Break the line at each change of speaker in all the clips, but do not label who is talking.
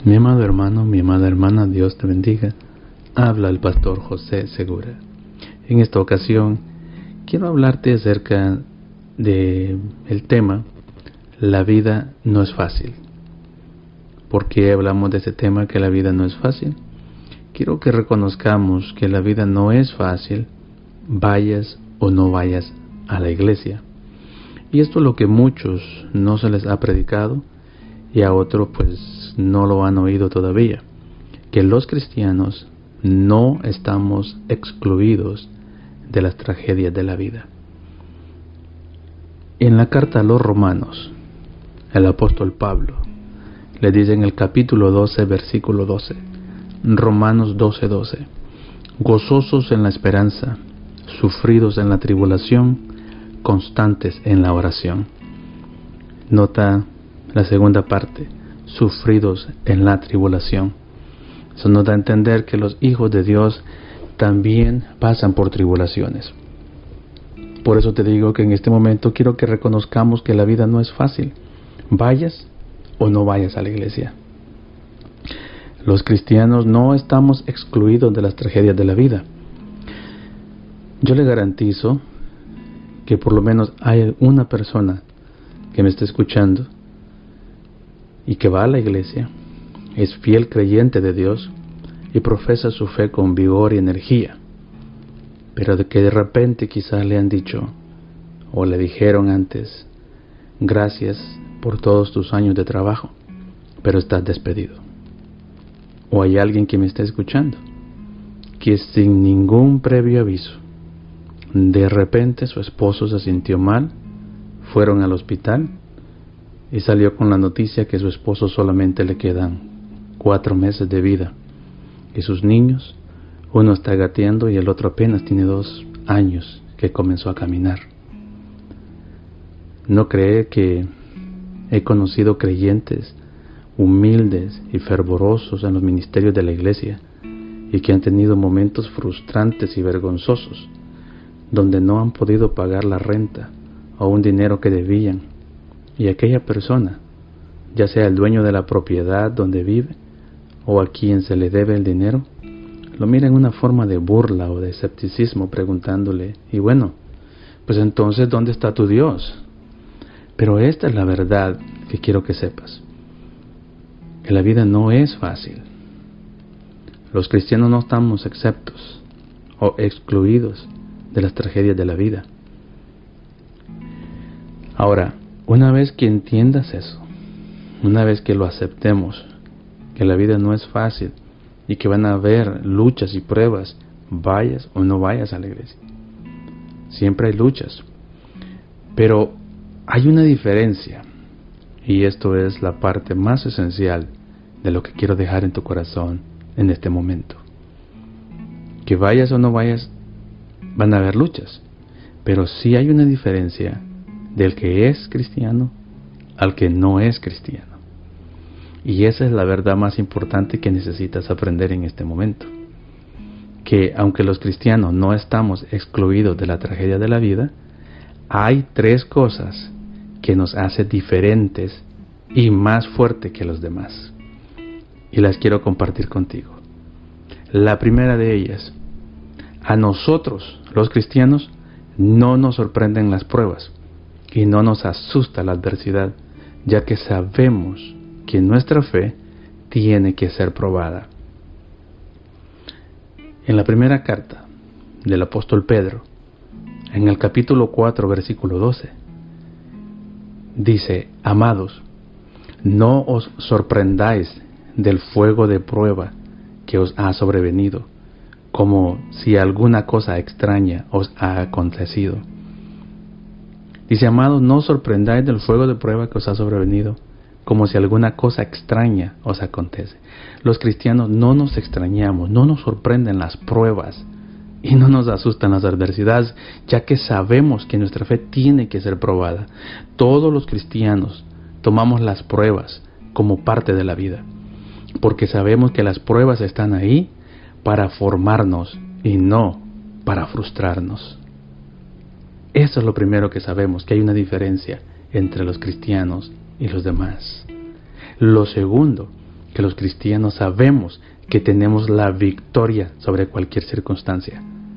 Mi amado hermano, mi amada hermana, Dios te bendiga. Habla el pastor José Segura. En esta ocasión quiero hablarte acerca de el tema La vida no es fácil. ¿Por qué hablamos de este tema, que la vida no es fácil? Quiero que reconozcamos que la vida no es fácil, vayas o no vayas a la iglesia. Y esto es lo que muchos no se les ha predicado y a otros pues no lo han oído todavía, que los cristianos no estamos excluidos de las tragedias de la vida. En la carta a los Romanos, el apóstol Pablo le dice en el capítulo 12, versículo 12, Romanos 12:12, gozosos en la esperanza, sufridos en la tribulación, constantes en la oración. Nota la segunda parte, sufridos en la tribulación. Eso nos da a entender que los hijos de Dios también pasan por tribulaciones. Por eso te digo que en este momento quiero que reconozcamos que la vida no es fácil, vayas o no vayas a la iglesia. Los cristianos no estamos excluidos de las tragedias de la vida. Yo le garantizo que por lo menos hay una persona que me está escuchando y que va a la iglesia, es fiel creyente de Dios y profesa su fe con vigor y energía, pero de que de repente quizás le han dicho o le dijeron antes, gracias por todos tus años de trabajo, pero estás despedido. O hay alguien que me está escuchando que sin ningún previo aviso, de repente su esposo se sintió mal, fueron al hospital y salió con la noticia que su esposo solamente le quedan 4 meses de vida y sus niños, uno está gateando y el otro apenas tiene 2 años que comenzó a caminar. ¿No cree que he conocido creyentes humildes y fervorosos en los ministerios de la iglesia y que han tenido momentos frustrantes y vergonzosos donde no han podido pagar la renta o un dinero que debían, y aquella persona, ya sea el dueño de la propiedad donde vive o a quien se le debe el dinero, lo mira en una forma de burla o de escepticismo preguntándole, y bueno, pues entonces ¿dónde está tu Dios? Pero esta es la verdad que quiero que sepas, que la vida no es fácil. Los cristianos no estamos exceptos o excluidos de las tragedias de la vida. Ahora, una vez que entiendas eso, una vez que lo aceptemos, que la vida no es fácil y que van a haber luchas y pruebas, vayas o no vayas a la iglesia. Siempre hay luchas, pero hay una diferencia, y esto es la parte más esencial de lo que quiero dejar en tu corazón en este momento. Que vayas o no vayas, van a haber luchas, pero sí hay una diferencia del que es cristiano al que no es cristiano. Y esa es la verdad más importante que necesitas aprender en este momento. Que aunque los cristianos no estamos excluidos de la tragedia de la vida, hay 3 cosas que nos hacen diferentes y más fuertes que los demás. Y las quiero compartir contigo. La primera de ellas, a nosotros, los cristianos, no nos sorprenden las pruebas y no nos asusta la adversidad, ya que sabemos que nuestra fe tiene que ser probada. En la primera carta del apóstol Pedro, en el capítulo 4, versículo 12, dice, amados, no os sorprendáis del fuego de prueba que os ha sobrevenido, como si alguna cosa extraña os ha acontecido. Dice, amados, no os sorprendáis del fuego de prueba que os ha sobrevenido, como si alguna cosa extraña os acontece. Los cristianos no nos extrañamos, no nos sorprenden las pruebas y no nos asustan las adversidades, ya que sabemos que nuestra fe tiene que ser probada. Todos los cristianos tomamos las pruebas como parte de la vida, porque sabemos que las pruebas están ahí para formarnos y no para frustrarnos. Eso es lo primero que sabemos, que hay una diferencia entre los cristianos y los demás. Lo segundo que los cristianos sabemos que tenemos la victoria sobre cualquier circunstancia.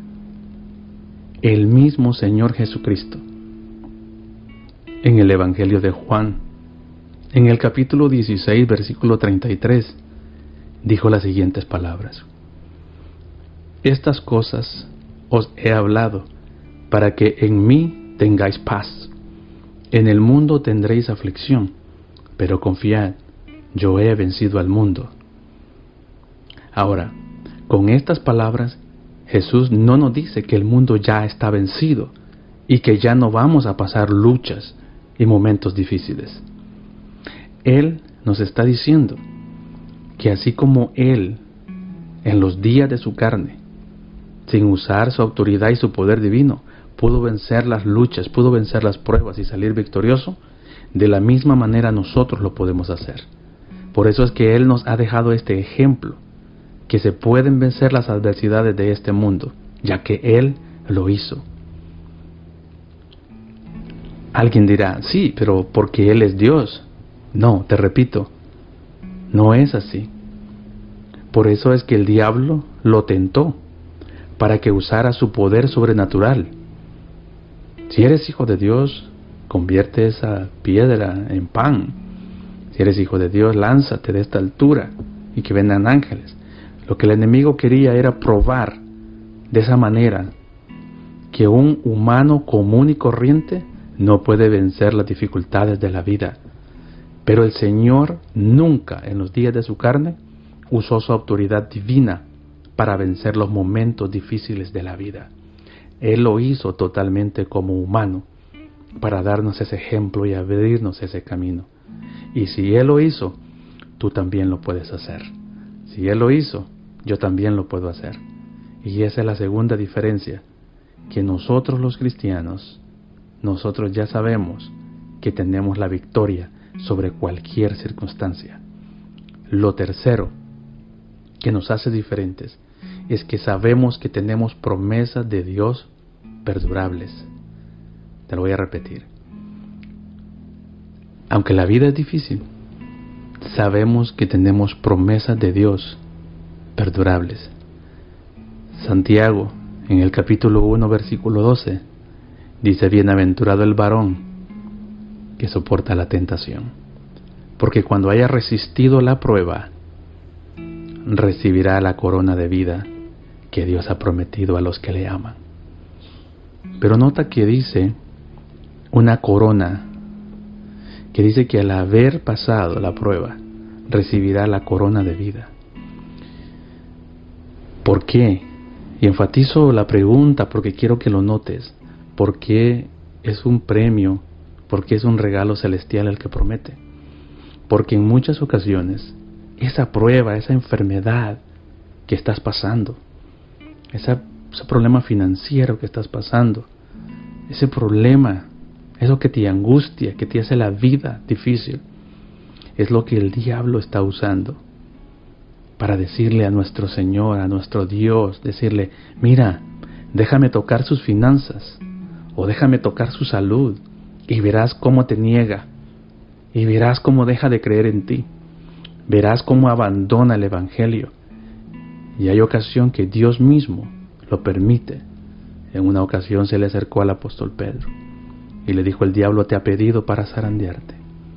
El mismo Señor Jesucristo, en el Evangelio de Juan, en el capítulo 16, versículo 33, dijo las siguientes palabras: estas cosas os he hablado para que en mí tengáis paz. En el mundo tendréis aflicción, pero confiad, yo he vencido al mundo. Ahora, con estas palabras, Jesús no nos dice que el mundo ya está vencido y que ya no vamos a pasar luchas y momentos difíciles. Él nos está diciendo que así como Él, en los días de su carne, sin usar su autoridad y su poder divino, pudo vencer las luchas, pudo vencer las pruebas y salir victorioso, de la misma manera nosotros lo podemos hacer. Por eso es que Él nos ha dejado este ejemplo, que se pueden vencer las adversidades de este mundo, ya que Él lo hizo. Alguien dirá, sí, pero porque Él es Dios. No, te repito, no es así. Por eso es que el diablo lo tentó, para que usara su poder sobrenatural. Si eres hijo de Dios, convierte esa piedra en pan. Si eres hijo de Dios, lánzate de esta altura y que vengan ángeles. Lo que el enemigo quería era probar de esa manera que un humano común y corriente no puede vencer las dificultades de la vida. Pero el Señor nunca en los días de su carne usó su autoridad divina para vencer los momentos difíciles de la vida. Él lo hizo totalmente como humano para darnos ese ejemplo y abrirnos ese camino. Y si Él lo hizo, tú también lo puedes hacer. Si Él lo hizo, yo también lo puedo hacer. Y esa es la segunda diferencia, que nosotros los cristianos, nosotros ya sabemos que tenemos la victoria sobre cualquier circunstancia. Lo tercero que nos hace diferentes es que sabemos que tenemos promesas de Dios perdurables. Te lo voy a repetir. Aunque la vida es difícil, sabemos que tenemos promesas de Dios perdurables. Santiago, en el capítulo 1, versículo 12, dice: bienaventurado el varón que soporta la tentación, porque cuando haya resistido la prueba, recibirá la corona de vida que Dios ha prometido a los que le aman. Pero nota que dice una corona, que dice que al haber pasado la prueba, recibirá la corona de vida. ¿Por qué? Y enfatizo la pregunta porque quiero que lo notes. ¿Por qué es un premio? ¿Por qué es un regalo celestial el que promete? Porque en muchas ocasiones, esa prueba, esa enfermedad que estás pasando, ese problema financiero que estás pasando, ese problema, eso que te angustia, que te hace la vida difícil, es lo que el diablo está usando para decirle a nuestro Señor, a nuestro Dios, decirle: mira, déjame tocar sus finanzas, o déjame tocar su salud, y verás cómo te niega, y verás cómo deja de creer en ti, verás cómo abandona el Evangelio. Y hay ocasión que Dios mismo lo permite. En una ocasión se le acercó al apóstol Pedro y le dijo: el diablo te ha pedido para zarandearte,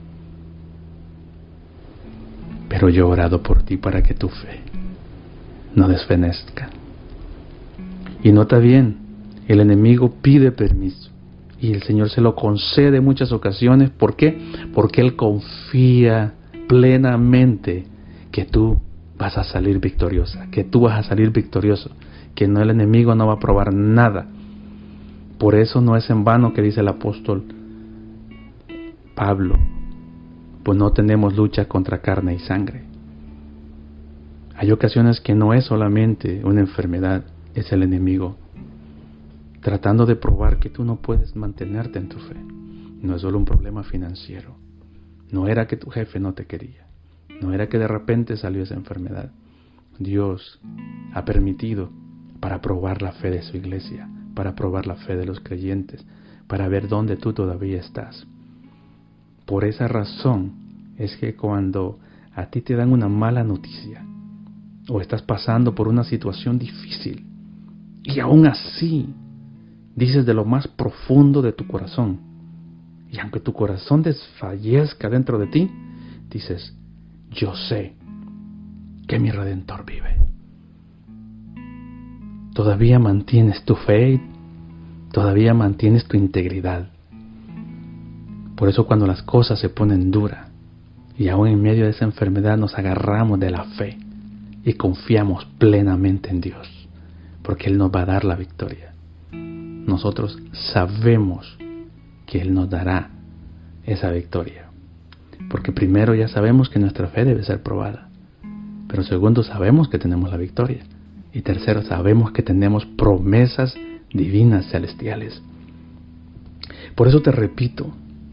pero yo he orado por ti para que tu fe no desfenezca. Y nota bien, el enemigo pide permiso y el Señor se lo concede en muchas ocasiones. ¿Por qué? Porque Él confía plenamente que tú vas a salir victoriosa, que tú vas a salir victorioso, que no, el enemigo no va a probar nada. Por eso no es en vano que dice el apóstol Pablo: pues no tenemos lucha contra carne y sangre. Hay ocasiones que no es solamente una enfermedad, es el enemigo tratando de probar que tú no puedes mantenerte en tu fe. No es solo un problema financiero, no era que tu jefe no te quería, no era que de repente salió esa enfermedad. Dios ha permitido para probar la fe de su iglesia, para probar la fe de los creyentes, para ver dónde tú todavía estás. Por esa razón es que cuando a ti te dan una mala noticia o estás pasando por una situación difícil y aún así dices de lo más profundo de tu corazón, y aunque tu corazón desfallezca dentro de ti, dices: yo sé que mi Redentor vive. Todavía mantienes tu fe, todavía mantienes tu integridad. Por eso cuando las cosas se ponen duras y aún en medio de esa enfermedad nos agarramos de la fe y confiamos plenamente en Dios, porque Él nos va a dar la victoria. Nosotros sabemos que Él nos dará esa victoria, porque primero ya sabemos que nuestra fe debe ser probada, pero segundo sabemos que tenemos la victoria, y tercero sabemos que tenemos promesas divinas celestiales. Por eso te repito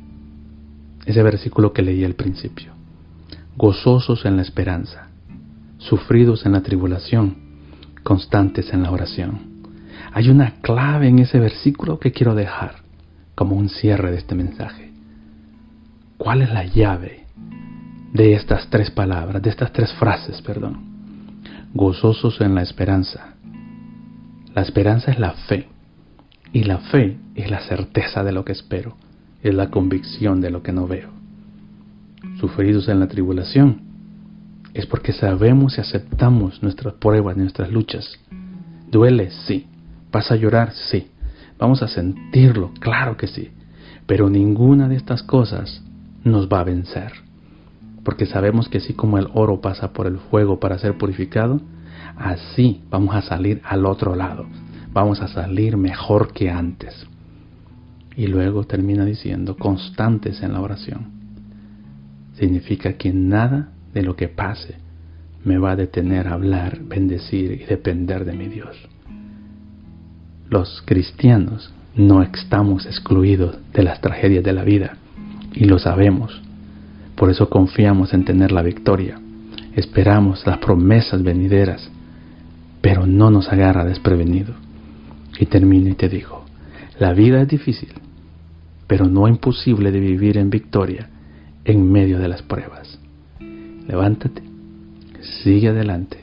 ese versículo que leí al principio: gozosos en la esperanza, sufridos en la tribulación, constantes en la oración. Hay una clave en ese versículo que quiero dejar como un cierre de este mensaje. ¿Cuál es la llave de estas tres palabras, de estas tres frases, perdón? Gozosos en la esperanza. La esperanza es la fe, y la fe es la certeza de lo que espero, es la convicción de lo que no veo. Sufridos en la tribulación es porque sabemos y aceptamos nuestras pruebas, nuestras luchas. ¿Duele? Sí. ¿Vas a llorar? Sí. ¿Vamos a sentirlo? Claro que sí. Pero ninguna de estas cosas nos va a vencer, porque sabemos que así como el oro pasa por el fuego para ser purificado, así vamos a salir al otro lado. Vamos a salir mejor que antes. Y luego termina diciendo: constantes en la oración. Significa que nada de lo que pase me va a detener a hablar, bendecir y depender de mi Dios. Los cristianos no estamos excluidos de las tragedias de la vida, y lo sabemos. Por eso confiamos en tener la victoria. Esperamos las promesas venideras, pero no nos agarra desprevenido. Y termino y te digo: la vida es difícil, pero no imposible de vivir en victoria en medio de las pruebas. Levántate, sigue adelante.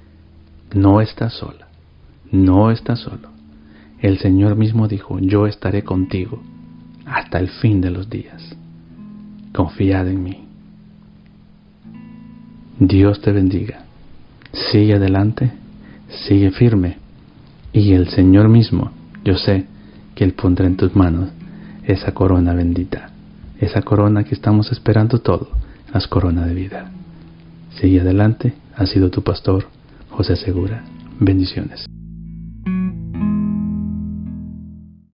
No estás sola, no estás solo. El Señor mismo dijo: yo estaré contigo hasta el fin de los días. Confiad en mí. Dios te bendiga. Sigue adelante, sigue firme, y el Señor mismo, yo sé que Él pondrá en tus manos esa corona bendita, esa corona que estamos esperando todos, las coronas de vida. Sigue adelante. Ha sido tu pastor, José Segura. Bendiciones.